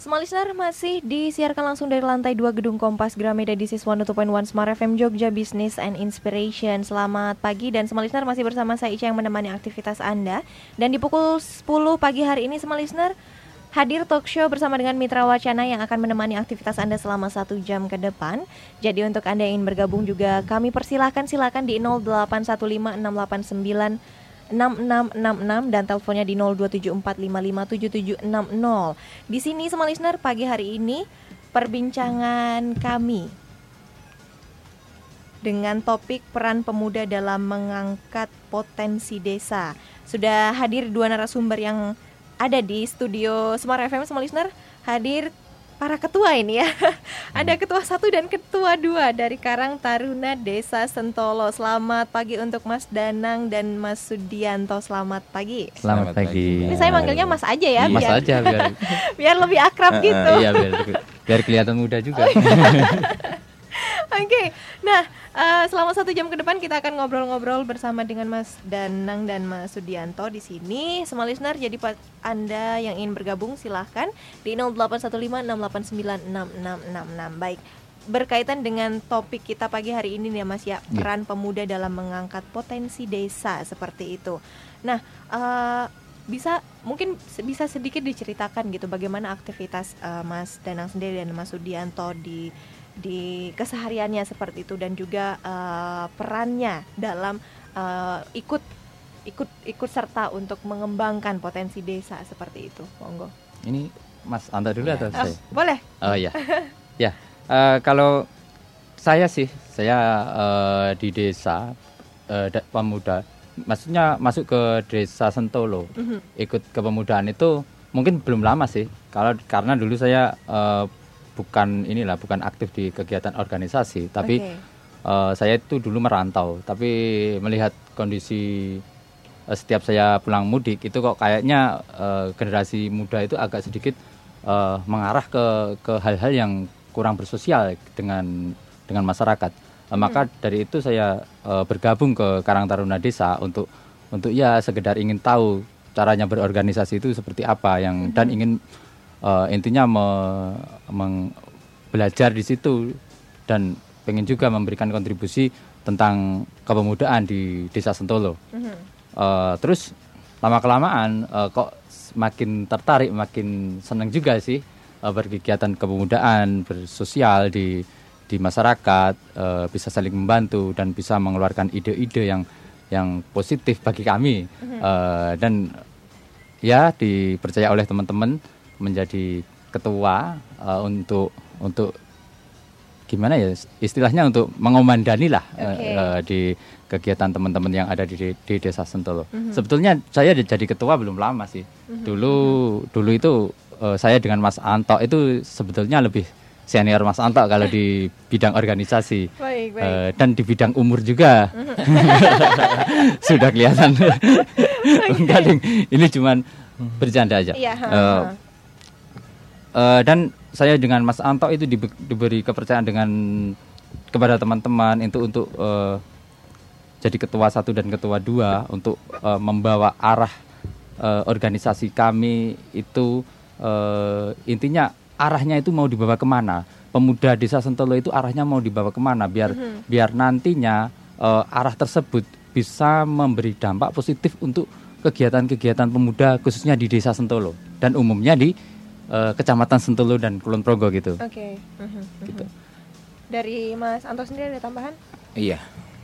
Semua listener masih disiarkan langsung dari lantai 2 Gedung Kompas Gramedia di Sis 102.1 Smart FM Jogja Business and Inspiration. Selamat pagi dan semua listener masih bersama saya Ica yang menemani aktivitas Anda. Dan di pukul 10 pagi hari ini semua listener hadir talk show bersama dengan Mitra Wacana yang akan menemani aktivitas Anda selama 1 jam ke depan. Jadi untuk Anda yang ingin bergabung juga kami persilahkan di 0815689666 dan teleponnya di 0274557760. Di sini semua listener pagi hari ini perbincangan kami dengan topik peran pemuda dalam mengangkat potensi desa. Sudah hadir dua narasumber yang ada di studio Smart FM semua listener. Hadir para ketua ini ya. Ada ketua 1 dan ketua 2 dari Karang Taruna Desa Sentolo. Selamat pagi untuk Mas Danang dan Mas Sudianto. Selamat pagi. Selamat pagi. Ini saya manggilnya Mas aja ya, Mas biar aja biar biar lebih akrab gitu. Iya, biar kelihatan muda juga. Oke. Nah, selama 1 jam ke depan kita akan ngobrol-ngobrol bersama dengan Mas Danang dan Mas Sudianto di sini. Semua listener, jadi Anda yang ingin bergabung silahkan di 081568966666. Baik. Berkaitan dengan topik kita pagi hari ini nih Mas ya, peran pemuda dalam mengangkat potensi desa seperti itu. Nah, mungkin bisa sedikit diceritakan gitu bagaimana aktivitas Mas Danang sendiri dan Mas Sudianto di kesehariannya seperti itu, dan juga perannya dalam ikut serta untuk mengembangkan potensi desa seperti itu. Monggo. Ini Mas Anta dulu atau saya? Boleh. Oh iya. Ya, kalau saya di desa pemuda, maksudnya masuk ke desa Sentolo, ikut kepemudaan itu mungkin belum lama sih. Karena dulu saya bukan aktif di kegiatan organisasi, tapi saya itu dulu merantau. Tapi melihat kondisi setiap saya pulang mudik itu kok kayaknya generasi muda itu agak sedikit mengarah ke hal-hal yang kurang bersosial dengan masyarakat. Maka dari itu saya bergabung ke Karang Taruna Desa untuk ya sekedar ingin tahu caranya berorganisasi itu seperti apa dan ingin intinya belajar di situ, dan pengen juga memberikan kontribusi tentang kepemudaan di Desa Sentolo. Terus lama-kelamaan kok makin tertarik, makin senang juga sih berkegiatan kepemudaan, bersosial di masyarakat, bisa saling membantu dan bisa mengeluarkan ide-ide yang positif bagi kami, dan ya dipercaya oleh teman-teman menjadi ketua untuk gimana ya istilahnya, untuk mengomandani lah di kegiatan teman-teman yang ada di Desa Sentolo. Sebetulnya saya jadi ketua belum lama sih. Dulu itu saya dengan Mas Anto itu sebetulnya lebih senior Mas Anto kalau di bidang organisasi. Baik. Dan di bidang umur juga. Sudah kelihatan. Enggak, ini cuman bercanda aja. Dan saya dengan Mas Anto itu diberi kepercayaan kepada teman-teman itu untuk jadi ketua 1 dan ketua 2 untuk membawa arah organisasi kami itu, intinya arahnya itu mau dibawa kemana, pemuda Desa Sentolo itu arahnya mau dibawa kemana, biar nantinya arah tersebut bisa memberi dampak positif untuk kegiatan-kegiatan pemuda khususnya di Desa Sentolo dan umumnya di Kecamatan Sentolo dan Kulon Progo gitu. Oke. Gitu. Dari Mas Anto sendiri ada tambahan? Iya.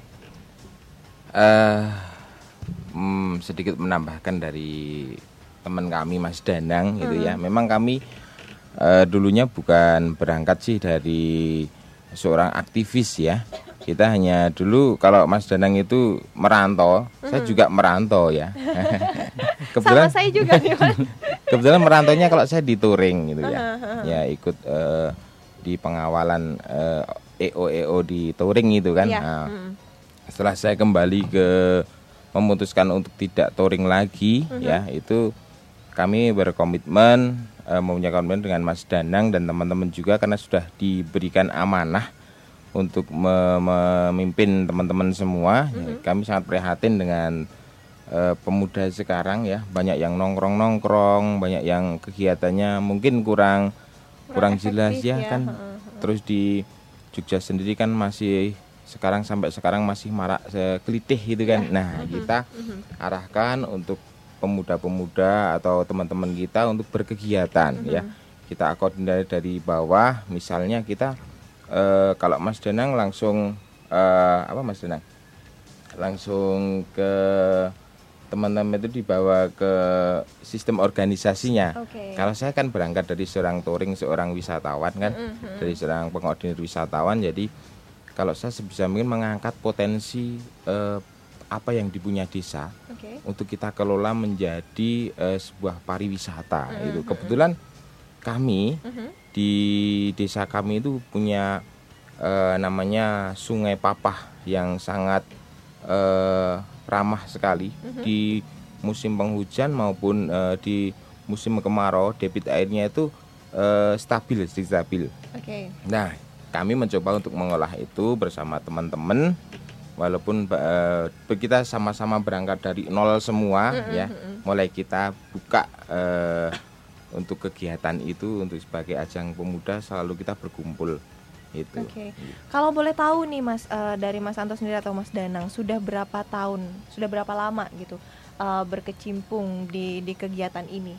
Sedikit menambahkan dari teman kami Mas Danang gitu ya. Memang kami dulunya bukan berangkat sih dari seorang aktivis ya. Kita hanya dulu, kalau Mas Danang itu merantau, saya juga merantau ya. Kebetulan, sama saya juga nih Mas. Kebetulan merantaunya kalau saya di touring gitu ya. Ya ikut di pengawalan EO di touring itu kan. Nah, setelah saya kembali memutuskan untuk tidak touring lagi ya, itu kami berkomitmen mempunyai komitmen dengan Mas Danang dan teman-teman juga, karena sudah diberikan amanah untuk memimpin teman-teman semua. Ya, kami sangat prihatin dengan pemuda sekarang ya, banyak yang nongkrong-nongkrong, banyak yang kegiatannya mungkin kurang kurang jelas ya kan. Terus di Jogja sendiri kan masih sampai sekarang masih marak kelitih gitu kan. Nah, kita arahkan untuk pemuda-pemuda atau teman-teman kita untuk berkegiatan ya. Kita koordinasi dari bawah, misalnya kita kalau Mas Danang langsung Mas Danang? Langsung ke teman-teman itu dibawa ke sistem organisasinya. Kalau saya kan berangkat dari seorang touring, seorang wisatawan kan, dari seorang pengoordinir wisatawan. Jadi kalau saya sebisa mungkin mengangkat potensi apa yang dipunya desa untuk kita kelola menjadi sebuah pariwisata. Itu kebetulan kami di desa kami itu punya namanya Sungai Papah yang sangat ramah sekali di musim penghujan maupun di musim kemarau. Debit airnya itu stabil. Nah, kami mencoba untuk mengolah itu bersama teman-teman, walaupun kita sama-sama berangkat dari nol semua ya. Mulai kita buka untuk kegiatan itu, untuk sebagai ajang pemuda selalu kita berkumpul itu. Kalau boleh tahu nih Mas, dari Mas Anto sendiri atau Mas Danang, sudah berapa tahun, sudah berapa lama gitu berkecimpung di kegiatan ini?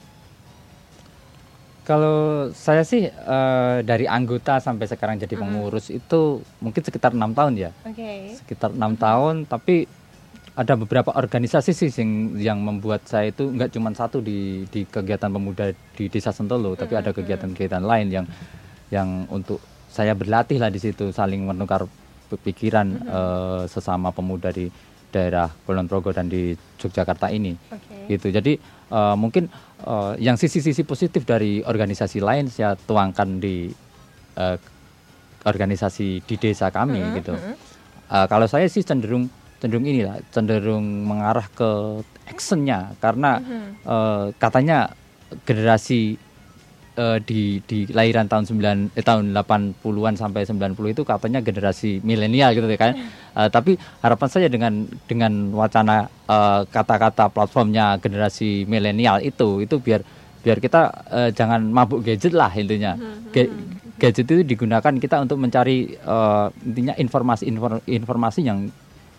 Kalau saya sih dari anggota sampai sekarang jadi pengurus itu mungkin sekitar 6 tahun ya. Sekitar 6 tahun, tapi ada beberapa organisasi sih yang membuat saya itu enggak cuma satu di kegiatan pemuda di Desa Sentolo, tapi ada kegiatan-kegiatan lain yang untuk saya berlatih lah di situ, saling menukar pikiran sesama pemuda di daerah Kulon Progo dan di Yogyakarta ini. Gitu. Jadi mungkin yang sisi-sisi positif dari organisasi lain saya tuangkan di organisasi di desa kami gitu. Kalau saya sih cenderung mengarah ke actionnya, karena katanya generasi di lahiran tahun 80-an sampai 90 itu katanya generasi milenial gitu kan. Tapi harapan saya dengan wacana kata-kata platformnya generasi milenial itu biar kita jangan mabuk gadget lah intinya. Gadget itu digunakan kita untuk mencari intinya informasi yang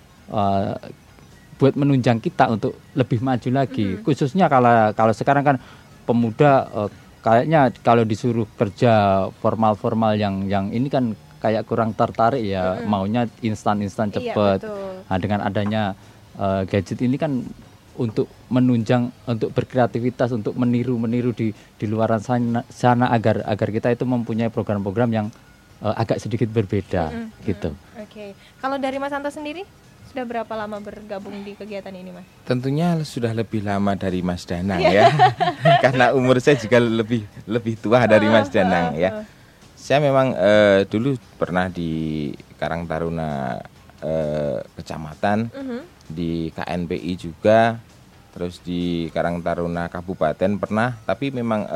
buat menunjang kita untuk lebih maju lagi. Khususnya kalau sekarang kan pemuda kayaknya kalau disuruh kerja formal yang ini kan kayak kurang tertarik ya, maunya instan cepat. Nah, dengan adanya gadget ini kan untuk menunjang, untuk berkreativitas, untuk meniru di luaran sana agar kita itu mempunyai program-program yang agak sedikit berbeda gitu. Kalau dari Mas Anto sendiri sudah berapa lama bergabung di kegiatan ini, Mas? Tentunya sudah lebih lama dari Mas Danang ya. Karena umur saya juga lebih tua dari Mas Danang ya. Saya memang dulu pernah di Karang Taruna Kecamatan, di KNPI juga, terus di Karang Taruna Kabupaten pernah, tapi memang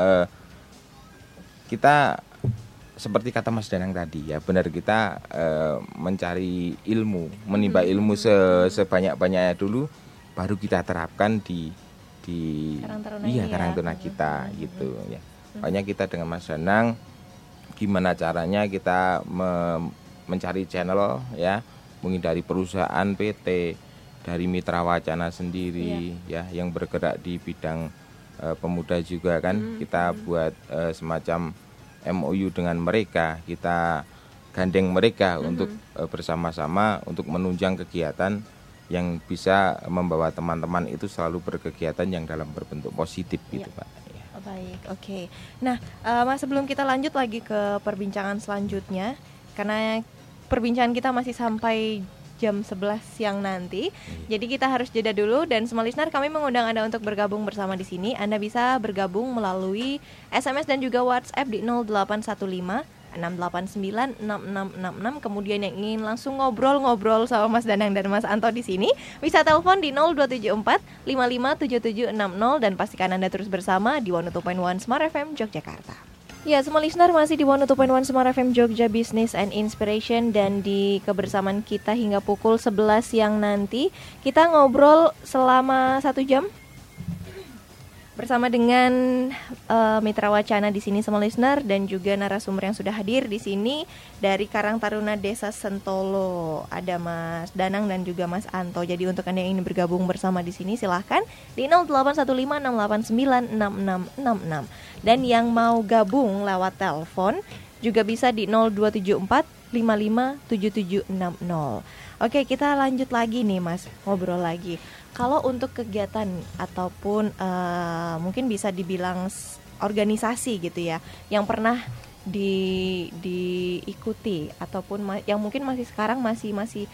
kita seperti kata Mas Danang tadi ya, benar, kita mencari ilmu, menimba ilmu sebanyak-banyaknya dulu, baru kita terapkan di Karang Taruna kita gitu ya. Makanya kita dengan Mas Danang gimana caranya kita mencari channel ya, mungkin dari perusahaan PT, dari Mitra Wacana sendiri ya, yang bergerak di bidang pemuda juga kan, kita buat semacam MOU dengan mereka, kita gandeng mereka untuk bersama-sama untuk menunjang kegiatan yang bisa membawa teman-teman itu selalu berkegiatan yang dalam berbentuk positif gitu Pak. Baik, oke. Nah, Mas, sebelum kita lanjut lagi ke perbincangan selanjutnya, karena perbincangan kita masih sampai jam 11 siang nanti. Jadi kita harus jeda dulu, dan semua listener kami mengundang Anda untuk bergabung bersama di sini. Anda bisa bergabung melalui SMS dan juga WhatsApp di 0815 689 6666. Kemudian yang ingin langsung ngobrol sama Mas Danang dan Mas Anto di sini, bisa telepon di 0274 557760, dan pastikan Anda terus bersama di 102.1 Smart FM Yogyakarta. Ya, semua listener masih di 102.1 Smart FM Jogja Business and Inspiration, dan di kebersamaan kita hingga pukul 11 siang nanti. Kita ngobrol selama 1 jam bersama dengan Mitra Wacana di sini semua listener dan juga narasumber yang sudah hadir di sini dari Karang Taruna Desa Sentolo. Ada Mas Danang dan juga Mas Anto. Jadi untuk Anda yang ingin bergabung bersama di sini silahkan di 081568966666. Dan yang mau gabung lewat telepon juga bisa di 0274 557760. Oke, kita lanjut lagi nih Mas, ngobrol lagi. Kalau untuk kegiatan ataupun mungkin bisa dibilang organisasi gitu ya, yang pernah diikuti ataupun yang mungkin masih sekarang masih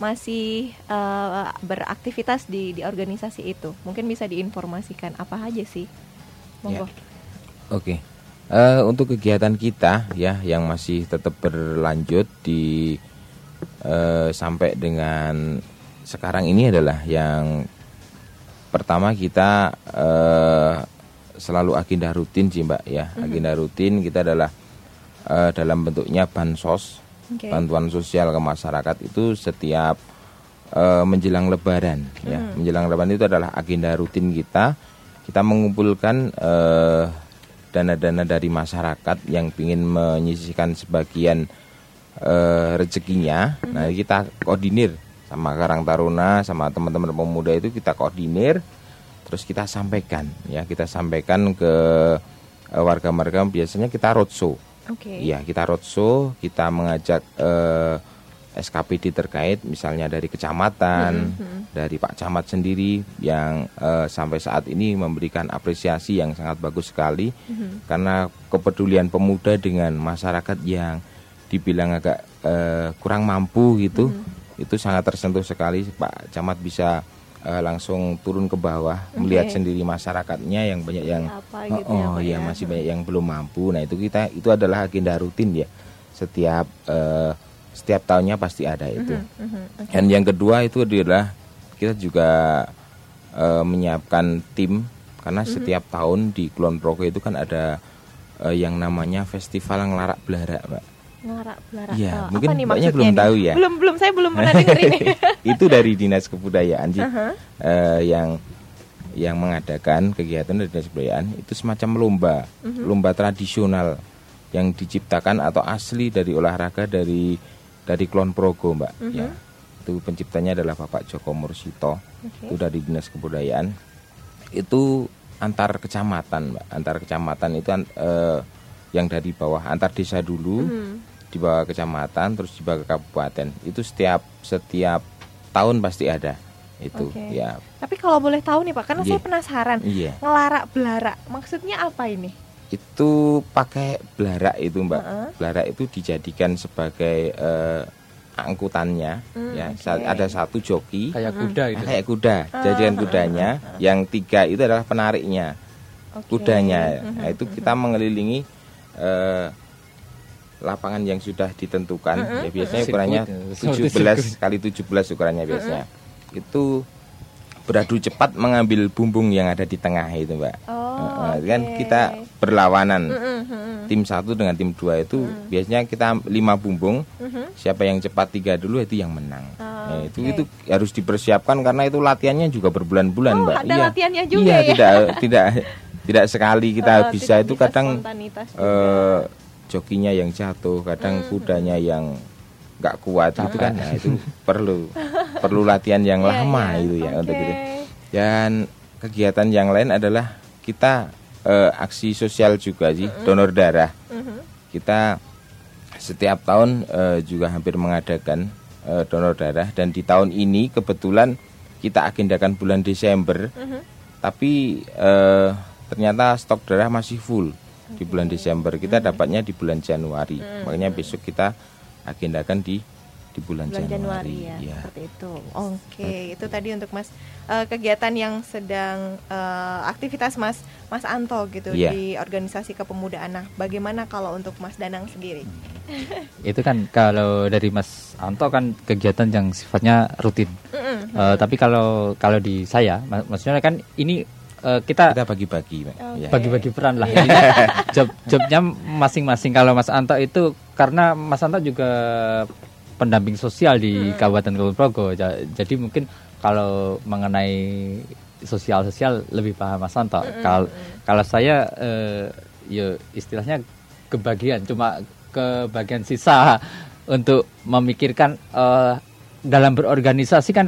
beraktivitas di organisasi itu, mungkin bisa diinformasikan apa aja sih? Monggo. Ya. Oke. Untuk kegiatan kita ya yang masih tetap berlanjut di sampai dengan sekarang ini adalah yang pertama kita selalu agenda rutin sih Mbak ya. Agenda rutin kita adalah dalam bentuknya bansos, bantuan sosial ke masyarakat itu setiap menjelang Lebaran ya. Menjelang Lebaran itu adalah agenda rutin kita. Kita mengumpulkan dana-dana dari masyarakat yang ingin menyisihkan sebagian rezekinya. Nah, kita koordinir sama Karang Taruna, sama teman-teman pemuda itu kita koordinir, terus kita sampaikan ya, kita sampaikan ke warga-warga. Biasanya kita roadshow. Iya, kita roadshow, kita mengajak SKPD terkait, misalnya dari kecamatan, dari Pak Camat sendiri yang sampai saat ini memberikan apresiasi yang sangat bagus sekali, karena kepedulian pemuda dengan masyarakat yang dibilang agak kurang mampu gitu. Itu sangat tersentuh sekali. Pak Camat bisa langsung turun ke bawah, melihat sendiri masyarakatnya yang banyak yang masih banyak yang belum mampu. Nah, itu adalah agenda rutin ya. Setiap tahunnya pasti ada itu. Dan yang kedua itu adalah kita juga menyiapkan tim, karena setiap tahun di Kulon Progo itu kan ada yang namanya festival ngelarak belarak, Mbak. Ngelarak belarak. Iya, mungkin Mbaknya belum tahu ya. Belum, saya belum pernah dengar ini. Itu dari Dinas Kebudayaan sih, yang mengadakan kegiatan dari Dinas Kebudayaan itu semacam lomba tradisional yang diciptakan atau asli dari olahraga dari Kulon Progo, Mbak. Ya, itu penciptanya adalah Bapak Joko Mursito. Itu dari Dinas Kebudayaan. Itu antar kecamatan, Mbak. Antar kecamatan itu yang dari bawah, antar desa dulu. Dibawa ke kecamatan, terus dibawa ke kabupaten. Itu setiap tahun pasti ada itu. Ya. Tapi kalau boleh tahu nih Pak, karena saya penasaran. Ngelarak belarak, maksudnya apa ini? Itu pakai belarak itu Mbak. Belarak itu dijadikan sebagai angkutannya. Ada satu joki kayak kuda gitu. Kayak kuda, jadikan kudanya. Yang 3 itu adalah penariknya, kudanya. Nah, itu kita mengelilingi lapangan yang sudah ditentukan. Ya, biasanya ukurannya 17 kali 17 ukurannya biasanya. Itu beradu cepat mengambil bumbung yang ada di tengah itu, Mbak. Kan kita berlawanan. Tim 1 dengan tim 2 itu biasanya kita 5 bumbung. Siapa yang cepat 3 dulu itu yang menang. Nah, itu harus dipersiapkan karena itu latihannya juga berbulan-bulan, Mbak. Ada latihannya juga tidak sekali kita bisa itu kadang jokinya yang jatuh, kadang kudanya yang nggak kuat itu kan. Nah, itu perlu latihan yang lama itu ya untuk itu. Dan kegiatan yang lain adalah kita aksi sosial juga sih, donor darah. Kita setiap tahun juga hampir mengadakan donor darah, dan di tahun ini kebetulan kita agendakan bulan Desember. Tapi ternyata stok darah masih full di bulan Desember. Kita dapatnya di bulan Januari. Makanya besok kita agendakan di bulan Januari ya. Seperti itu. Itu tadi untuk Mas kegiatan yang sedang aktivitas Mas Anto gitu di organisasi kepemudaan. Nah, bagaimana kalau untuk Mas Danang sendiri? Itu kan kalau dari Mas Anto kan kegiatan yang sifatnya rutin. Tapi kalau di saya, maksudnya kan ini kita bagi-bagi, bagi-bagi peran lah. Jobnya masing-masing. Kalau Mas Anto itu karena Mas Anto juga pendamping sosial di Kabupaten Kulon Progo, jadi mungkin kalau mengenai sosial lebih paham Mas Anto. Kalau saya ya istilahnya kebagian sisa untuk memikirkan dalam berorganisasi kan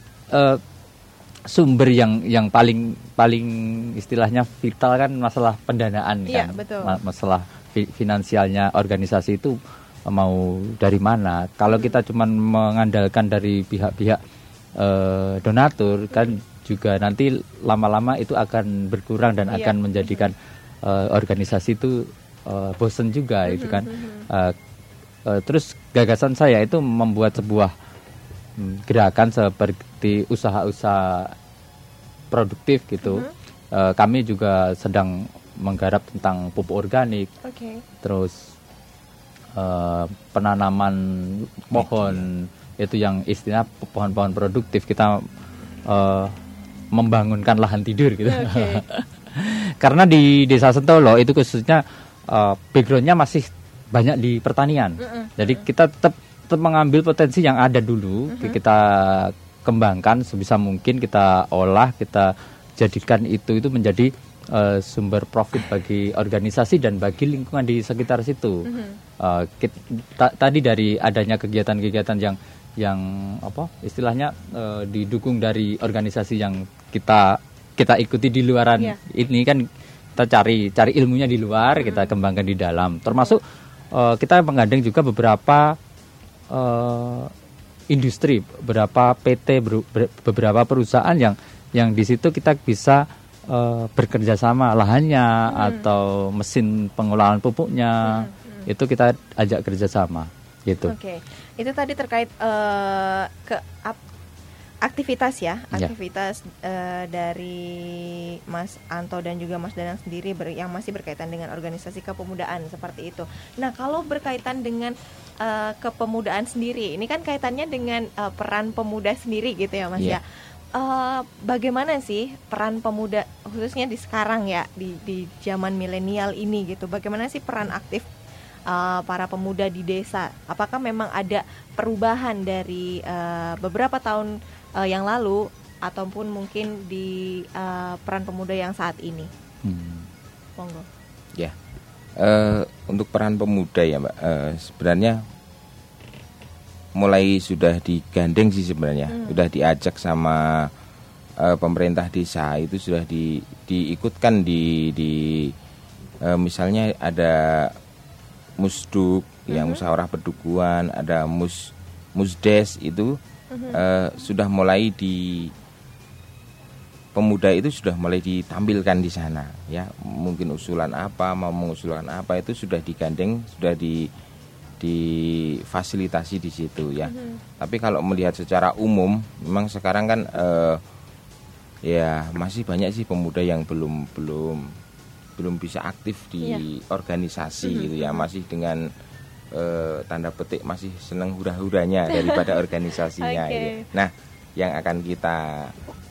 sumber yang paling istilahnya vital kan masalah pendanaan kan. Betul. Masalah finansialnya organisasi itu mau dari mana. Kalau kita cuma mengandalkan dari pihak-pihak donatur kan juga nanti lama-lama itu akan berkurang dan akan menjadikan organisasi itu bosen juga itu kan. Terus gagasan saya itu membuat sebuah gerakan seperti usaha-usaha produktif gitu. Kami juga sedang menggarap tentang pupuk organik, terus penanaman pohon itu yang istilah pohon-pohon produktif. Kita membangunkan lahan tidur gitu. Karena di Desa Sentolo itu khususnya backgroundnya masih banyak di pertanian. Jadi kita tetap mengambil potensi yang ada dulu, kita kembangkan sebisa mungkin, kita olah, kita jadikan itu menjadi sumber profit bagi organisasi dan bagi lingkungan di sekitar situ. Tadi dari adanya kegiatan-kegiatan yang apa istilahnya didukung dari organisasi yang kita ikuti di luaran ini kan, kita cari ilmunya di luar, kita kembangkan di dalam. Termasuk kita menggandeng juga beberapa industri, beberapa PT, beberapa perusahaan yang di situ kita bisa bekerja sama lahannya atau mesin pengolahan pupuknya, itu kita ajak kerjasama gitu. Itu tadi terkait aktivitas aktivitas dari Mas Anto dan juga Mas Danang sendiri yang masih berkaitan dengan organisasi kepemudaan seperti itu. Nah, kalau berkaitan dengan kepemudaan sendiri, ini kan kaitannya dengan peran pemuda sendiri gitu ya Mas ya. Bagaimana sih peran pemuda khususnya di sekarang ya, di zaman milenial ini gitu? Bagaimana sih peran aktif para pemuda di desa? Apakah memang ada perubahan dari beberapa tahun yang lalu ataupun mungkin di peran pemuda yang saat ini? Monggo. Ya, untuk peran pemuda ya Mbak, sebenarnya mulai sudah digandeng sih sebenarnya, sudah diajak sama pemerintah desa, itu sudah diikutkan di misalnya ada musduk yang musyawarah pedukuhan, ada musdes itu sudah mulai pemuda itu sudah mulai ditampilkan di sana ya. Mungkin usulan apa, mau mengusulkan apa itu sudah digandeng, sudah difasilitasi di situ ya. Tapi kalau melihat secara umum, memang sekarang kan ya masih banyak sih pemuda yang belum bisa aktif di organisasi gitu ya, masih dengan tanda petik masih seneng hura-huranya daripada organisasinya gitu. Nah, yang akan kita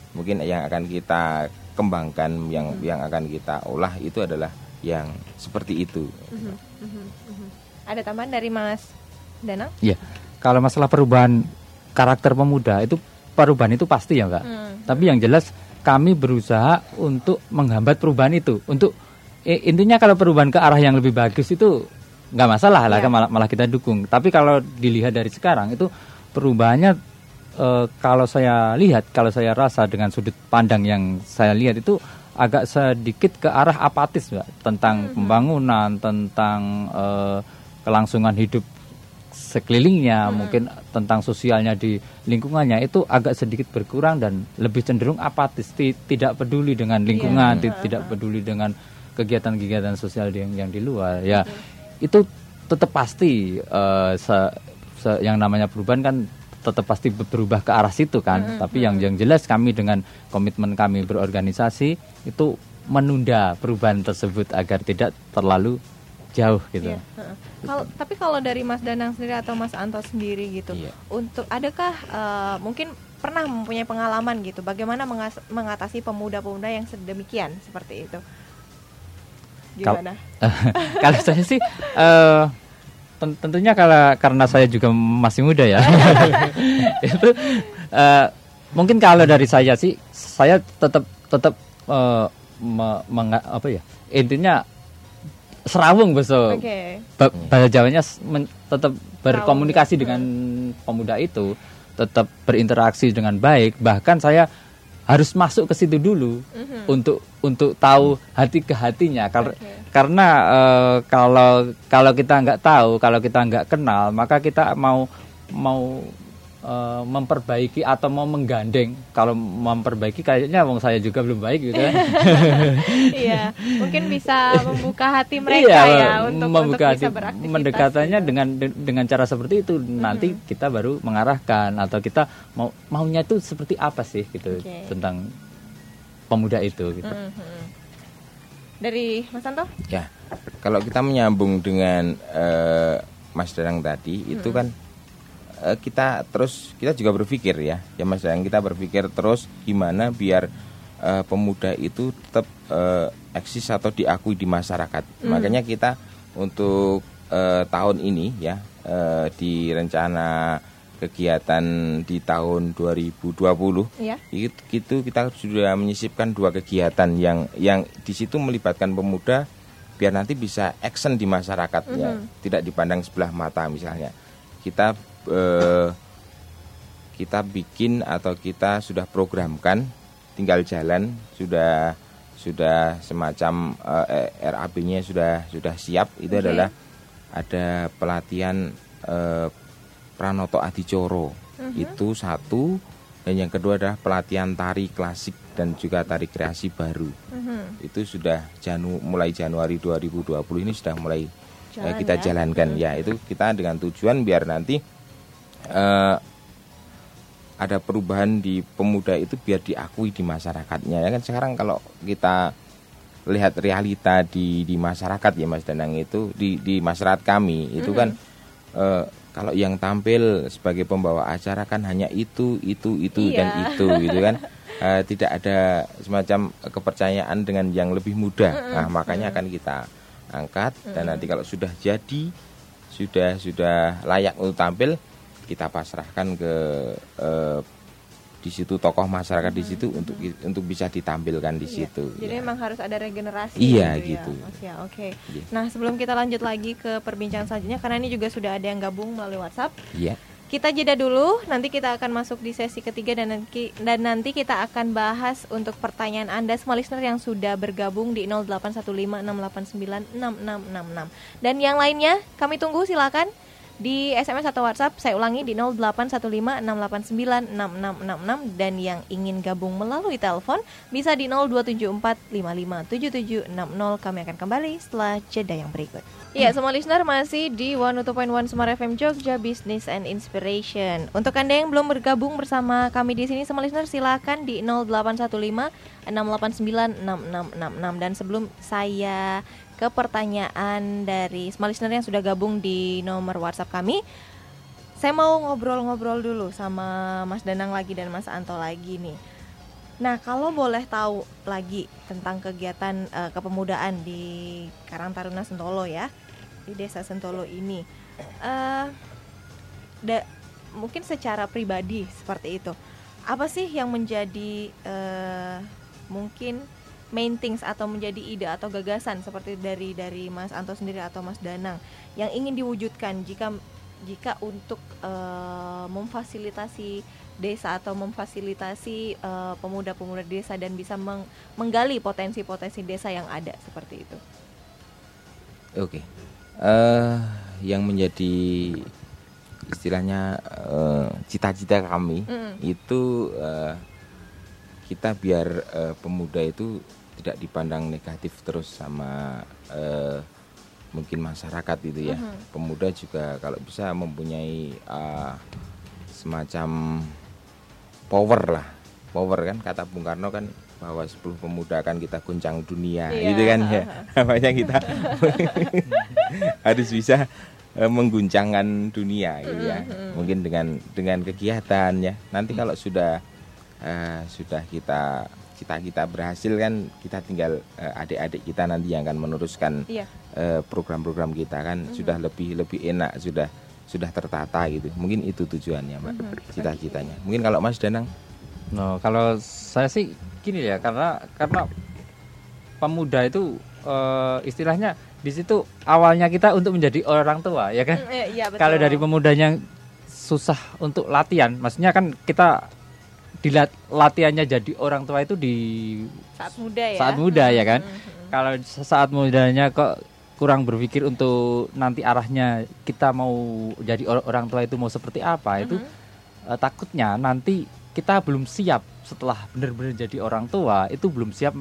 kembangkan, yang akan kita olah itu adalah yang seperti itu. Ada tambahan dari Mas Danang? Iya. Kalau masalah perubahan karakter pemuda, itu perubahan itu pasti ya Mbak. Tapi yang jelas kami berusaha untuk menghambat perubahan itu. Untuk intinya kalau perubahan ke arah yang lebih bagus itu nggak masalah lah, malah kita dukung. Tapi kalau dilihat dari sekarang itu perubahannya, kalau saya rasa dengan sudut pandang yang saya lihat itu agak sedikit ke arah apatis Mbak, tentang pembangunan, tentang kelangsungan hidup sekelilingnya, mungkin tentang sosialnya di lingkungannya itu agak sedikit berkurang dan lebih cenderung apatis, tidak peduli dengan lingkungan, tidak peduli dengan kegiatan-kegiatan sosial yang di luar ya. Itu tetap pasti yang namanya perubahan kan tetap pasti berubah ke arah situ kan. Tapi yang jelas kami dengan komitmen kami berorganisasi itu menunda perubahan tersebut agar tidak terlalu jauh gitu. Tapi kalau dari Mas Danang sendiri atau Mas Anto sendiri gitu, untuk adakah mungkin pernah mempunyai pengalaman gitu, bagaimana mengatasi pemuda-pemuda yang sedemikian seperti itu? Gimana? Kalau saya sih tentunya karena saya juga masih muda ya. Itu mungkin kalau dari saya sih, saya tetap tetap intinya serawung besok. Bahasa Jawanya tetap berkomunikasi dengan pemuda itu, tetap berinteraksi dengan baik. Bahkan saya harus masuk ke situ dulu untuk tahu hati ke hatinya. Karena kalau kita nggak tahu, kalau kita nggak kenal, maka kita mau memperbaiki atau mau menggandeng. Kalau memperbaiki kayaknya saya juga belum baik gitu kan. Iya, mungkin bisa membuka hati mereka untuk membuka bisa hati, beraktivitas. Mendekatannya dengan cara seperti itu. Nanti kita baru mengarahkan atau kita maunya itu seperti apa sih gitu tentang pemuda itu gitu. Dari Mas Anto? Ya, kalau kita menyambung dengan Mas Danang tadi itu kan kita juga berpikir ya Mas Danang, kita berpikir terus gimana biar pemuda itu tetap eksis atau diakui di masyarakat. Makanya kita untuk tahun ini ya di rencana kegiatan di tahun 2020 itu kita sudah menyisipkan 2 kegiatan yang di situ melibatkan pemuda biar nanti bisa action di masyarakat ya, tidak dipandang sebelah mata. Misalnya kita bikin atau kita sudah programkan, tinggal jalan, sudah semacam RAB-nya sudah siap. Itu adalah ada pelatihan Pranoto Adicoro, itu satu, dan yang kedua adalah pelatihan tari klasik dan juga tari kreasi baru. Itu sudah mulai Januari 2020 ini sudah mulai kita jalankan ya. Itu kita dengan tujuan biar nanti ada perubahan di pemuda itu biar diakui di masyarakatnya ya kan. Sekarang kalau kita lihat realita di masyarakat ya Mas Danang, itu di masyarakat kami itu kan kalau yang tampil sebagai pembawa acara kan hanya itu dan itu gitu kan. Tidak ada semacam kepercayaan dengan yang lebih muda. Nah, makanya akan kita angkat dan nanti kalau sudah jadi, sudah layak untuk tampil, kita pasrahkan ke di situ tokoh masyarakat di situ untuk bisa ditampilkan di situ. Jadi memang harus ada regenerasi. Iya gitu. Ya, oke. Nah, sebelum kita lanjut lagi ke perbincangan selanjutnya, karena ini juga sudah ada yang gabung melalui WhatsApp. Iya. Kita jeda dulu, nanti kita akan masuk di sesi ketiga dan nanti kita akan bahas untuk pertanyaan Anda semua listener yang sudah bergabung di 081568966666. Dan yang lainnya kami tunggu, silakan di SMS atau WhatsApp. Saya ulangi di 081568966666, dan yang ingin gabung melalui telepon bisa di 0274557760. Kami akan kembali setelah jeda yang berikut. Ya, semua listener masih di 102.1 Smart FM Jogja Business and Inspiration. Untuk Anda yang belum bergabung bersama kami di sini, semua listener silakan di 081568966666. Dan sebelum saya ke pertanyaan dari semua listener yang sudah gabung di nomor WhatsApp kami, saya mau ngobrol-ngobrol dulu sama Mas Danang lagi dan Mas Anto lagi nih. Nah, kalau boleh tahu lagi tentang kegiatan kepemudaan di Karang Taruna Sentolo ya, di Desa Sentolo ini, mungkin secara pribadi seperti itu, apa sih yang menjadi mungkin main things atau menjadi ide atau gagasan seperti dari Mas Anto sendiri atau Mas Danang yang ingin diwujudkan jika untuk memfasilitasi desa atau memfasilitasi pemuda-pemuda desa dan bisa menggali potensi-potensi desa yang ada seperti itu. Oke. Yang menjadi istilahnya cita-cita kami itu kita biar pemuda itu tidak dipandang negatif terus sama mungkin masyarakat itu ya. Pemuda juga kalau bisa mempunyai semacam power kan, kata Bung Karno kan bahwa 10 pemuda akan kita guncang dunia gitu kan ya. Makanya kita harus bisa mengguncangkan dunia gitu ya. Mungkin dengan kegiatan ya. Nanti kalau sudah kita berhasil kan, kita tinggal adik-adik kita nanti yang akan meneruskan program-program kita kan. Sudah lebih enak, sudah tertata gitu. Mungkin itu tujuannya Mbak, cita-citanya. Mungkin kalau Mas Danang? No, kalau saya sih gini ya, karena pemuda itu istilahnya di situ awalnya kita untuk menjadi orang tua, ya kan? Iya, betul. Kalau dari pemudanya susah untuk latihan, maksudnya kan kita latihannya jadi orang tua itu di saat muda ya. Saat muda ya kan. Kalau saat mudanya kok kurang berpikir untuk nanti arahnya kita mau jadi orang tua itu mau seperti apa, itu takutnya nanti kita belum siap setelah benar-benar jadi orang tua, itu belum siap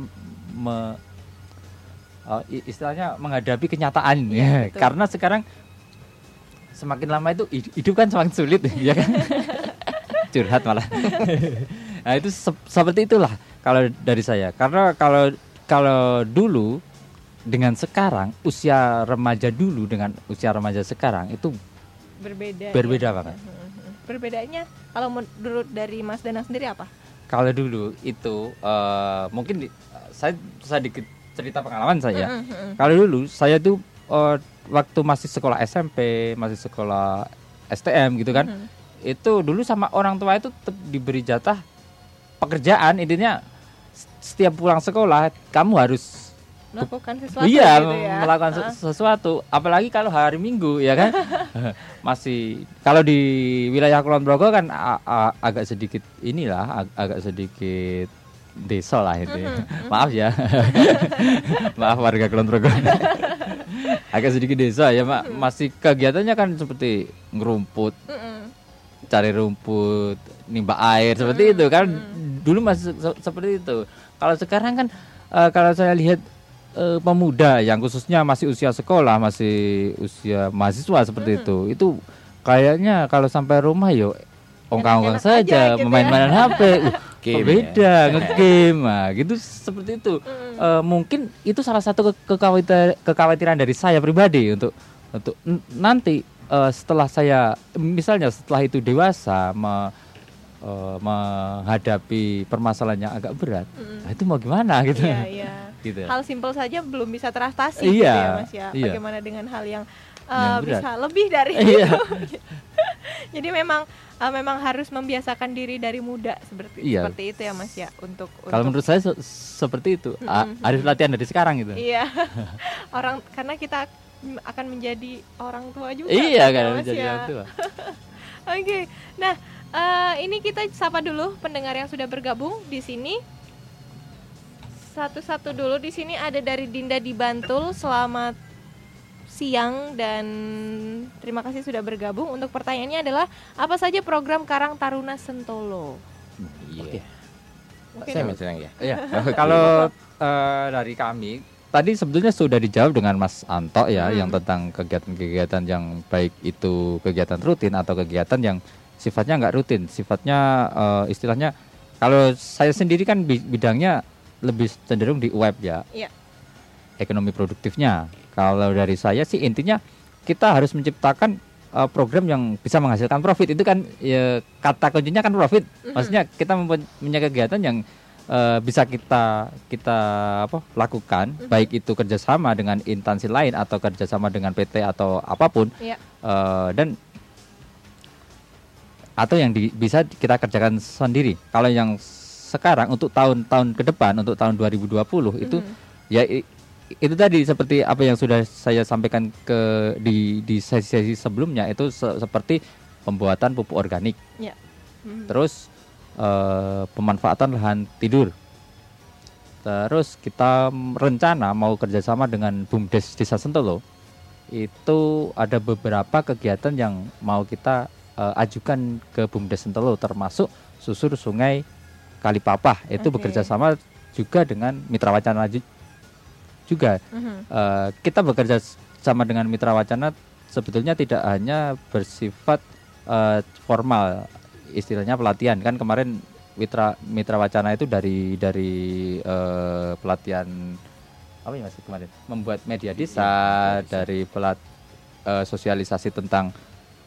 istilahnya menghadapi kenyataan ya. Karena sekarang semakin lama itu hidup kan semakin sulit ya kan. Curhat malah. Nah itu seperti itulah kalau dari saya. Karena kalau dulu dengan sekarang, usia remaja dulu dengan usia remaja sekarang itu berbeda banget. Perbedaannya kalau menurut dari Mas Danang sendiri apa? Kalau dulu itu mungkin saya sedikit cerita pengalaman saya. Kalau dulu saya tuh waktu masih sekolah SMP, masih sekolah STM gitu kan, itu dulu sama orang tua itu diberi jatah pekerjaan, intinya setiap pulang sekolah kamu harus melakukan sesuatu. Iya, gitu ya? melakukan sesuatu. Apalagi kalau hari Minggu, ya kan? Masih kalau di wilayah Kulon Progo kan agak sedikit agak sedikit desa lah itu. Maaf ya. Maaf warga Kulon Progo. Agak sedikit desa ya, Mak. Masih kegiatannya kan seperti ngerumput. Cari rumput, nimba air seperti itu kan. Dulu masih seperti itu. Kalau sekarang kan kalau saya lihat pemuda yang khususnya masih usia sekolah, masih usia mahasiswa seperti itu kayaknya kalau sampai rumah ongkang-ongkang saja, gitu main-mainan HP, beda ngegame, gitu seperti itu. Mungkin itu salah satu kekhawatiran dari saya pribadi untuk nanti setelah saya misalnya setelah itu dewasa menghadapi permasalahan yang agak berat, nah itu mau gimana gitu. Iya. Gitu. Hal simpel saja belum bisa teratasi gitu ya Mas ya. Bagaimana dengan hal yang bisa lebih dari itu. Jadi memang harus membiasakan diri dari muda seperti itu ya Mas ya, untuk kalau menurut saya seperti itu. Harus latihan dari sekarang gitu. Iya. Karena kita akan menjadi orang tua juga. Iya kan menjadi orang tua. Oke. Nah, ini kita sapa dulu pendengar yang sudah bergabung di sini. Satu-satu dulu. Di sini ada dari Dinda di Bantul. Selamat siang dan terima kasih sudah bergabung. Untuk pertanyaannya adalah apa saja program Karang Taruna Sentolo? Iya. Saya mencerang ya. Kalau dari kami tadi sebetulnya sudah dijawab dengan Mas Anto ya, yang tentang kegiatan-kegiatan yang baik itu kegiatan rutin atau kegiatan yang sifatnya nggak rutin, sifatnya istilahnya kalau saya sendiri kan bidangnya lebih cenderung di web ya. Ekonomi produktifnya. Kalau dari saya sih intinya kita harus menciptakan program yang bisa menghasilkan profit. Itu kan ya, kata kuncinya kan profit. Maksudnya kita mempunyai kegiatan yang bisa kita lakukan, baik itu kerjasama dengan instansi lain atau kerjasama dengan PT atau apapun, dan atau yang bisa kita kerjakan sendiri. Kalau yang sekarang untuk tahun-tahun ke depan, untuk tahun 2020 itu ya itu tadi seperti apa yang sudah saya sampaikan di sesi-sesi sebelumnya, itu seperti pembuatan pupuk organik, terus pemanfaatan lahan tidur, terus kita rencana mau kerjasama dengan BUMDes Desa Sentolo. Itu ada beberapa kegiatan yang mau kita ajukan ke BUMDes Sentolo, termasuk susur sungai Kalipapah. Itu bekerja sama juga dengan Mitra Wacana juga. Kita bekerja sama dengan Mitra Wacana sebetulnya tidak hanya bersifat formal, istilahnya pelatihan. Kan kemarin Mitra Wacana itu dari pelatihan apa ya Mas kemarin? Membuat media desa, dari sosialisasi tentang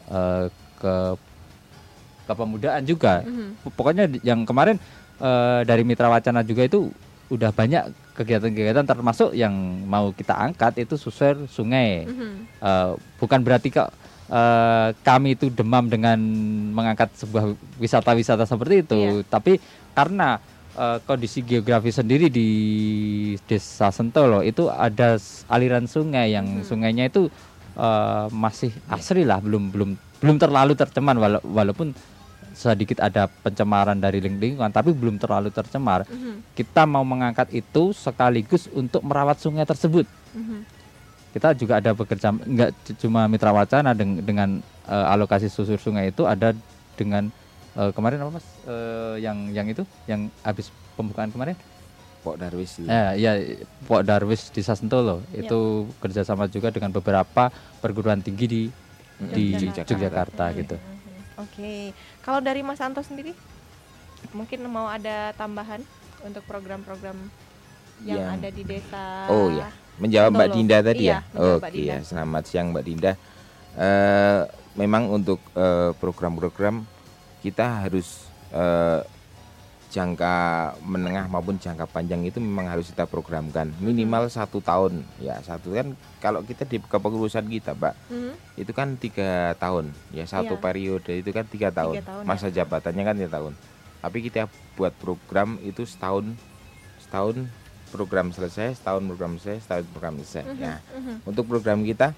kepemudaan juga. Pokoknya yang kemarin dari Mitra Wacana juga itu udah banyak kegiatan-kegiatan, termasuk yang mau kita angkat itu susur sungai. Bukan berarti kok kami itu demam dengan mengangkat sebuah wisata-wisata seperti itu, tapi karena kondisi geografi sendiri di Desa Sentolo itu ada aliran sungai yang sungainya itu masih asri lah, belum terlalu tercemar, walaupun sedikit ada pencemaran dari lingkungan, tapi belum terlalu tercemar. Kita mau mengangkat itu sekaligus untuk merawat sungai tersebut. Kita juga ada bekerja, enggak cuma Mitra Wacana dengan alokasi susur sungai itu, ada dengan kemarin apa Mas, yang itu yang habis pembukaan kemarin, Pok Darwis. Ya, Pok Darwis di Sentolo itu kerjasama juga dengan beberapa perguruan tinggi di Yogyakarta gitu. Oke, kalau dari Mas Anto sendiri, mungkin mau ada tambahan untuk program-program yang ada di desa? Oh ya, menjawab Mbak Dinda tadi ya. Oke, ya, selamat siang Mbak Dinda. Memang untuk program-program kita harus jangka menengah maupun jangka panjang itu memang harus kita programkan minimal 1 tahun ya. Satu kan kalau kita di kepengurusan kita Mbak, itu kan 3 tahun ya, satu periode itu kan 3 tahun, masa jabatannya kan 3 tahun. Tapi kita buat program itu setahun program selesai, setahun program selesai, setahun program selesai. Ya, untuk program kita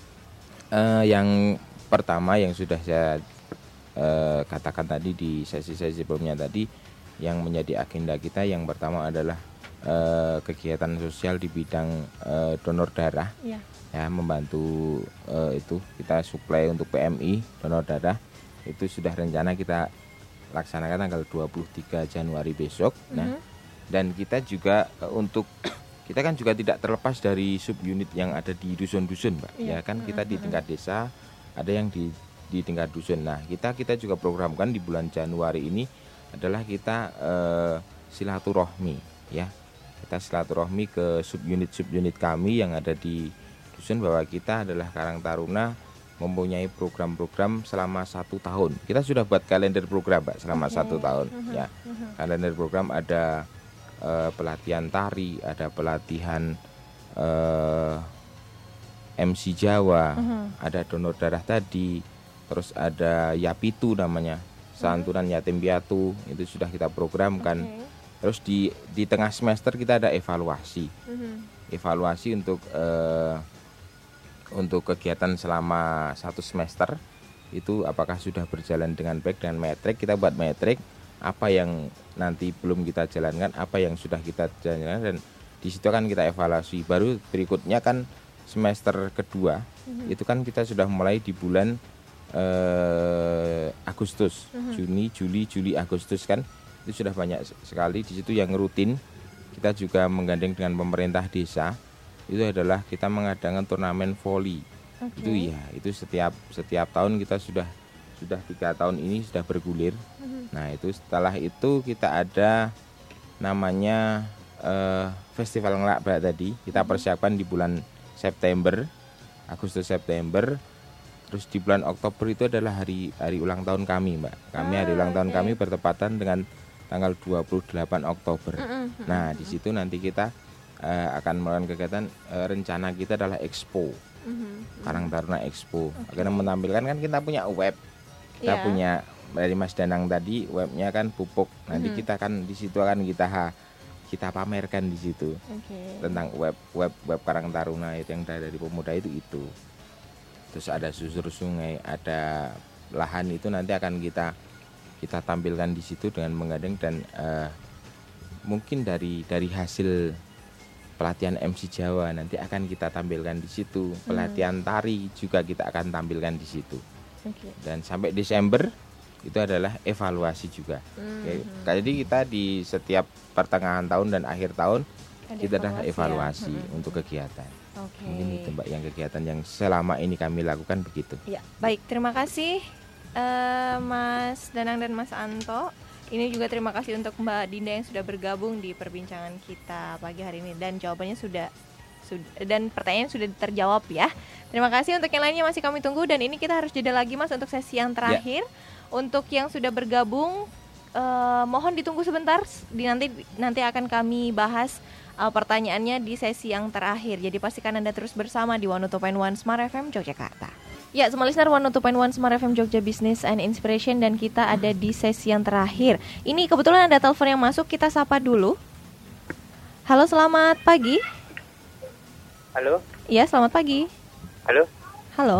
yang pertama yang sudah saya katakan tadi di sesi-sesi sebelumnya tadi, yang menjadi agenda kita yang pertama adalah kegiatan sosial di bidang donor darah, ya, membantu itu kita suplai untuk PMI donor darah. Itu sudah rencana kita laksanakan tanggal 23 Januari besok. Nah, dan kita juga untuk kita kan juga tidak terlepas dari subunit yang ada di dusun-dusun, Mbak. Ya kan, kita di tingkat desa, ada yang di tingkat dusun. Nah, kita juga programkan di bulan Januari ini adalah kita silaturahmi, ya. Kita silaturahmi ke subunit kami yang ada di dusun, bahwa kita adalah Karang Taruna mempunyai program-program selama 1 tahun. Kita sudah buat kalender program, Mbak, selama 1 tahun, ya. Kalender program ada pelatihan tari, ada pelatihan MC Jawa, ada donor darah tadi, terus ada Yapitu namanya, santunan yatim piatu, itu sudah kita programkan. Terus di tengah semester kita ada evaluasi, evaluasi untuk kegiatan selama 1 semester itu apakah sudah berjalan dengan baik, dengan metrik. Kita buat metrik apa yang nanti belum kita jalankan, apa yang sudah kita jalankan, dan di situ kan kita evaluasi. Baru berikutnya kan semester kedua, itu kan kita sudah mulai di bulan Agustus, Juni, Juli, Agustus kan, itu sudah banyak sekali di situ yang rutin. Kita juga menggandeng dengan pemerintah desa, itu adalah kita mengadakan turnamen voli. Itu ya, itu setiap tahun kita sudah 3 tahun ini sudah bergulir. Nah, itu setelah itu kita ada namanya festival ngelak tadi, kita persiapkan di bulan September, Agustus September. Terus di bulan Oktober itu adalah hari ulang tahun kami, Mbak. Hari ulang tahun kami bertepatan dengan tanggal 28 Oktober. Nah, di situ nanti kita akan melakukan kegiatan, rencana kita adalah expo, Karang Taruna Expo. Karena menampilkan kan kita punya web, kita punya dari Mas Danang tadi, webnya kan pupuk. Nanti kita kan di situ akan kita pamerkan di situ tentang web Karang Taruna itu yang dari pemuda itu. Terus ada susur sungai, ada lahan, itu nanti akan kita tampilkan di situ dengan menggandeng, dan mungkin dari hasil pelatihan MC Jawa nanti akan kita tampilkan di situ. Pelatihan tari juga kita akan tampilkan di situ. Dan sampai Desember itu adalah evaluasi juga. Jadi kita di setiap pertengahan tahun dan akhir tahun kita adalah evaluasi untuk kegiatan. Mungkin itu, Mbak, yang kegiatan yang selama ini kami lakukan begitu. Ya, baik, terima kasih Mas Danang dan Mas Anto. Ini juga terima kasih untuk Mbak Dinda yang sudah bergabung di perbincangan kita pagi hari ini, dan jawabannya sudah dan pertanyaan sudah terjawab ya. Terima kasih. Untuk yang lainnya masih kami tunggu, dan ini kita harus jeda lagi, Mas, untuk sesi yang terakhir. Untuk yang sudah bergabung, mohon ditunggu sebentar, nanti akan kami bahas pertanyaannya di sesi yang terakhir. Jadi pastikan Anda terus bersama di 102.1 Smart FM Yogyakarta. Ya, semua listener 102.1 Smart FM Jogja Business and Inspiration, dan kita ada di sesi yang terakhir. Ini kebetulan ada telepon yang masuk, kita sapa dulu. Halo, selamat pagi. Halo. Iya, selamat pagi. Halo. Halo.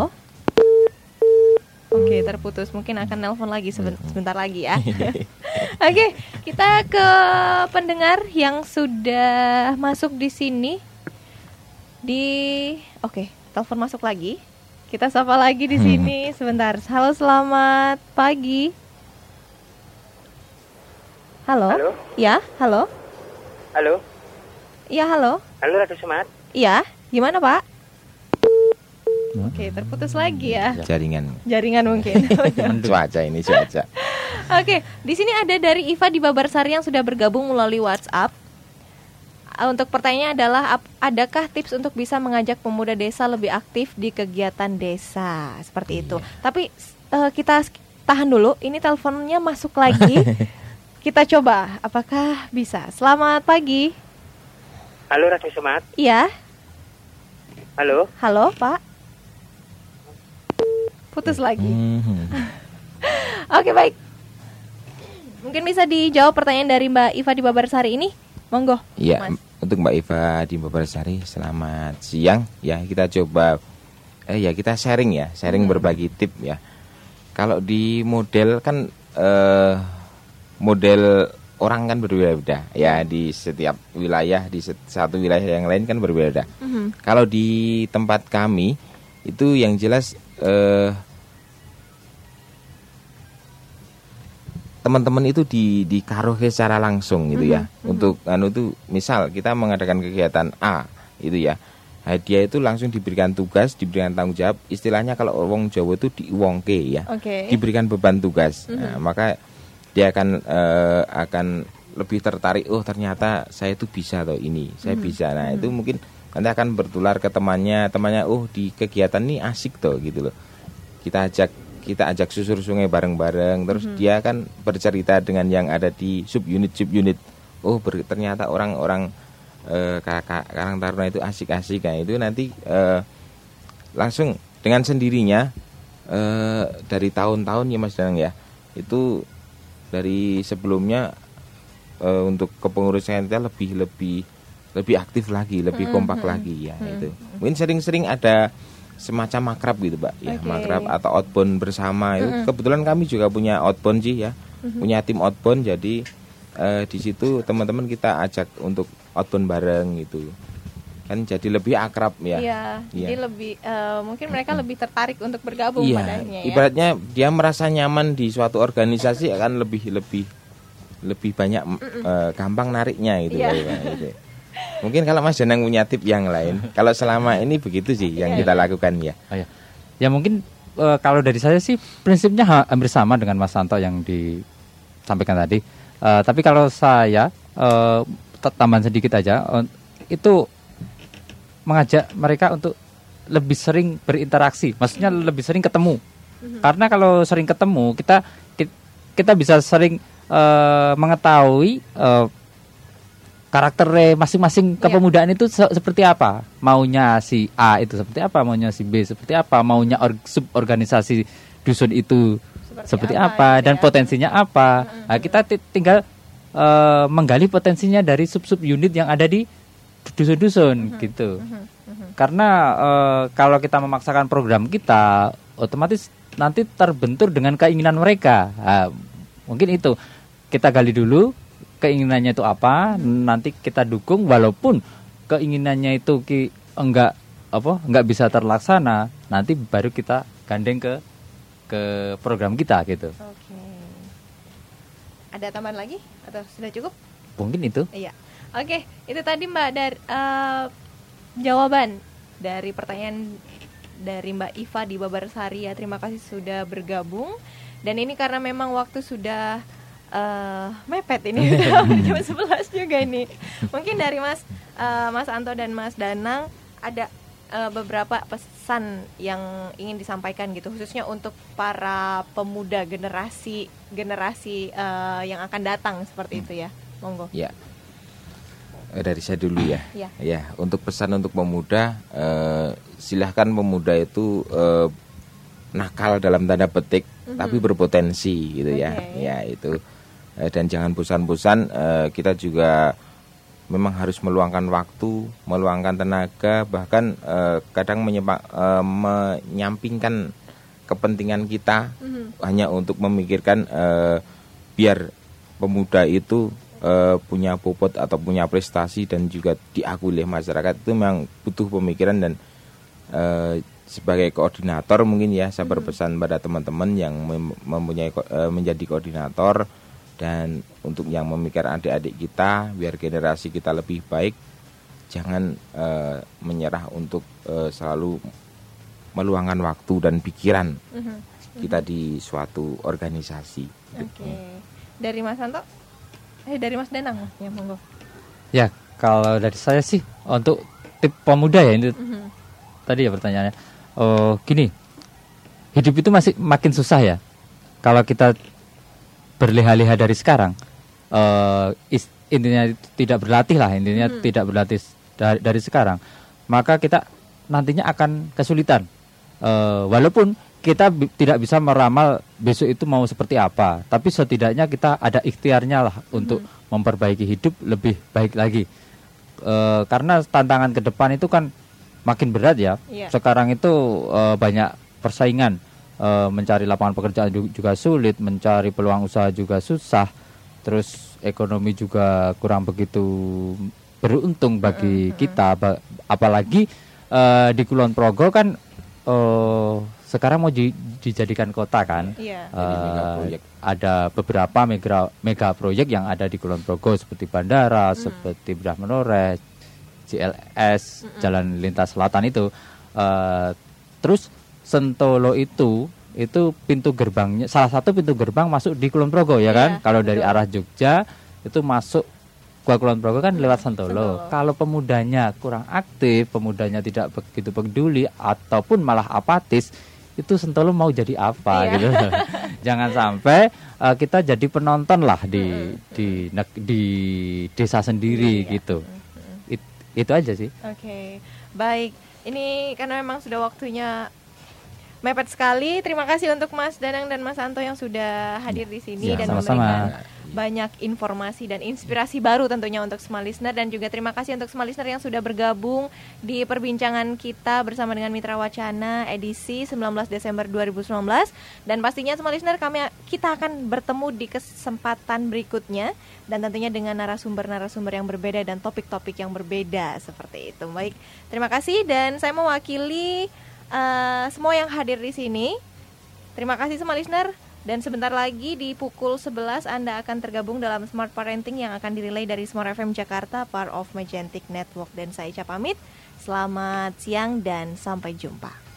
Oke, terputus. Mungkin akan nelpon lagi sebentar lagi ya. Oke, kita ke pendengar yang sudah masuk di sini. Oke, telepon masuk lagi. Kita sapa lagi di sini sebentar. Halo, selamat pagi. Halo. Halo. Ya, halo. Halo. Iya, halo. Halo, Ratu Semangat. Iya, gimana Pak? Oke, terputus lagi ya. Jaringan mungkin. cuaca. Oke, di sini ada dari Iva di Babarsari yang sudah bergabung melalui WhatsApp. Untuk pertanyaannya adalah, adakah tips untuk bisa mengajak pemuda desa lebih aktif di kegiatan desa? Seperti itu. Tapi kita tahan dulu, ini teleponnya masuk lagi. Kita coba, apakah bisa? Selamat pagi. Halo, Ratu Semangat. Iya. Halo. Halo, Pak. Putus lagi. Oke, baik. Mungkin bisa dijawab pertanyaan dari Mbak Iva di Babarsari ini. Monggo. Iya, Mas. untuk Mbak Iva di Babarsari, selamat siang. Ya, kita coba kita sharing berbagi tip ya. Kalau di model kan model orang kan berbeda-beda ya, di setiap wilayah, di satu wilayah yang lain kan berbeda. Kalau di tempat kami itu yang jelas teman-teman itu dikaroke secara langsung gitu ya. Untuk itu misal kita mengadakan kegiatan A itu ya, hadiah itu langsung diberikan tugas, diberikan tanggung jawab. Istilahnya kalau wong Jawa itu diuwongke ya. Diberikan beban tugas. Nah, maka dia akan lebih tertarik, oh ternyata saya itu bisa atau ini, saya bisa. Nah, itu mungkin nanti akan bertular ke temannya, oh di kegiatan ini asik toh gitu loh. Kita ajak susur sungai bareng-bareng, terus dia kan bercerita dengan yang ada di subunit. Oh, ternyata orang-orang Karang Taruna itu asik-asik. Nah, itu nanti langsung dengan sendirinya dari tahun-tahun ya Mas Danang ya. Itu dari sebelumnya untuk kepengurusan kita lebih aktif lagi, lebih kompak lagi ya itu. Mungkin sering-sering ada semacam makrab gitu, Mbak. Ya, makrab atau outbound bersama itu. Kebetulan kami juga punya outbound sih ya. Punya tim outbound, jadi di situ teman-teman kita ajak untuk outbound bareng gitu. Kan jadi lebih akrab ya. Iya. Jadi lebih mungkin mereka lebih tertarik untuk bergabung padanya ya. Ibaratnya dia merasa nyaman di suatu organisasi akan lebih banyak gampang nariknya gitu gitu. Mungkin kalau Mas Danang punya tip yang lain. Kalau selama ini begitu sih yang kita lakukan ya. Ya mungkin kalau dari saya sih prinsipnya hampir sama dengan Mas Santo yang disampaikan tadi. Tapi kalau saya tambahan sedikit aja, itu mengajak mereka untuk lebih sering berinteraksi. Maksudnya lebih sering ketemu. Karena kalau sering ketemu kita bisa sering mengetahui karakter masing-masing kepemudaan itu seperti apa, maunya si A itu seperti apa, maunya si B seperti apa, maunya suborganisasi dusun itu seperti apa dan potensinya apa. Nah, kita tinggal menggali potensinya dari sub-sub unit yang ada di dusun-dusun gitu. Karena kalau kita memaksakan program kita, otomatis nanti terbentur dengan keinginan mereka. Nah, mungkin itu kita gali dulu keinginannya itu apa, nanti kita dukung, walaupun keinginannya itu enggak bisa terlaksana, nanti baru kita gandeng ke program kita gitu. Oke. Ada tambahan lagi atau sudah cukup? Mungkin itu. Iya. Oke, itu tadi Mbak dari jawaban dari pertanyaan dari Mbak Iva di Babarsari ya. Terima kasih sudah bergabung. Dan ini karena memang waktu sudah mepet ini jam 11 juga ini. Mungkin dari Mas Anto dan Mas Danang ada beberapa pesan yang ingin disampaikan gitu, khususnya untuk para pemuda generasi yang akan datang seperti itu ya. Monggo. Ya. Dari saya dulu ya. Ya, untuk pesan untuk pemuda, silahkan pemuda itu nakal dalam tanda petik, tapi berpotensi gitu ya. Ya itu. Dan jangan bosan-bosan, kita juga memang harus meluangkan waktu, meluangkan tenaga, bahkan kadang menyampingkan kepentingan kita hanya untuk memikirkan biar pemuda itu punya bobot atau punya prestasi dan juga diakui oleh masyarakat. Itu memang butuh pemikiran dan sebagai koordinator mungkin ya saya berpesan pada teman-teman yang mempunyai menjadi koordinator dan untuk yang memikirkan adik-adik kita biar generasi kita lebih baik, jangan menyerah untuk selalu meluangkan waktu dan pikiran kita di suatu organisasi. Oke. Dari Mas Santo? Dari Mas Danang ya, monggo. Ya, kalau dari saya sih untuk tip pemuda ya ini tadi ya pertanyaannya. Gini, hidup itu masih makin susah ya. Kalau kita berleha-leha dari sekarang, intinya tidak berlatih lah, intinya tidak berlatih dari sekarang, maka kita nantinya akan kesulitan. Walaupun kita tidak bisa meramal besok itu mau seperti apa, tapi setidaknya kita ada ikhtiarnya lah untuk memperbaiki hidup lebih baik lagi. Karena tantangan ke depan itu kan makin berat ya. Sekarang itu banyak persaingan, mencari lapangan pekerjaan juga sulit, mencari peluang usaha juga susah, terus ekonomi juga kurang begitu beruntung bagi kita, apalagi di Kulon Progo kan sekarang mau dijadikan kota kan. Ada beberapa mega proyek yang ada di Kulon Progo seperti bandara, seperti Bedah Menore, CLS, Jalan Lintas Selatan itu. Terus Sentolo itu pintu gerbangnya, salah satu pintu gerbang masuk di Kulon Progo ya kan. Kalau dari arah Jogja itu masuk Gua Kulon Progo kan lewat Sentolo. Kalau pemudanya kurang aktif, pemudanya tidak begitu peduli ataupun malah apatis, itu Sentolo mau jadi apa gitu. Jangan sampai kita jadi penonton lah di desa sendiri gitu. Itu aja sih. Oke. Baik. Ini karena memang sudah waktunya mepet sekali. Terima kasih untuk Mas Danang dan Mas Santo yang sudah hadir di sini dan memberikan banyak informasi dan inspirasi baru tentunya untuk semua listener, dan juga terima kasih untuk semua listener yang sudah bergabung di perbincangan kita bersama dengan Mitra Wacana edisi 19 Desember 2019, dan pastinya semua listener kita akan bertemu di kesempatan berikutnya dan tentunya dengan narasumber-narasumber yang berbeda dan topik-topik yang berbeda seperti itu. Baik, terima kasih dan saya mewakili semua yang hadir di sini. Terima kasih semua listener. Dan sebentar lagi di pukul 11 Anda akan tergabung dalam Smart Parenting yang akan dirilai dari Smart FM Jakarta, part of Magentic Network. Dan saya Ica pamit, selamat siang dan sampai jumpa.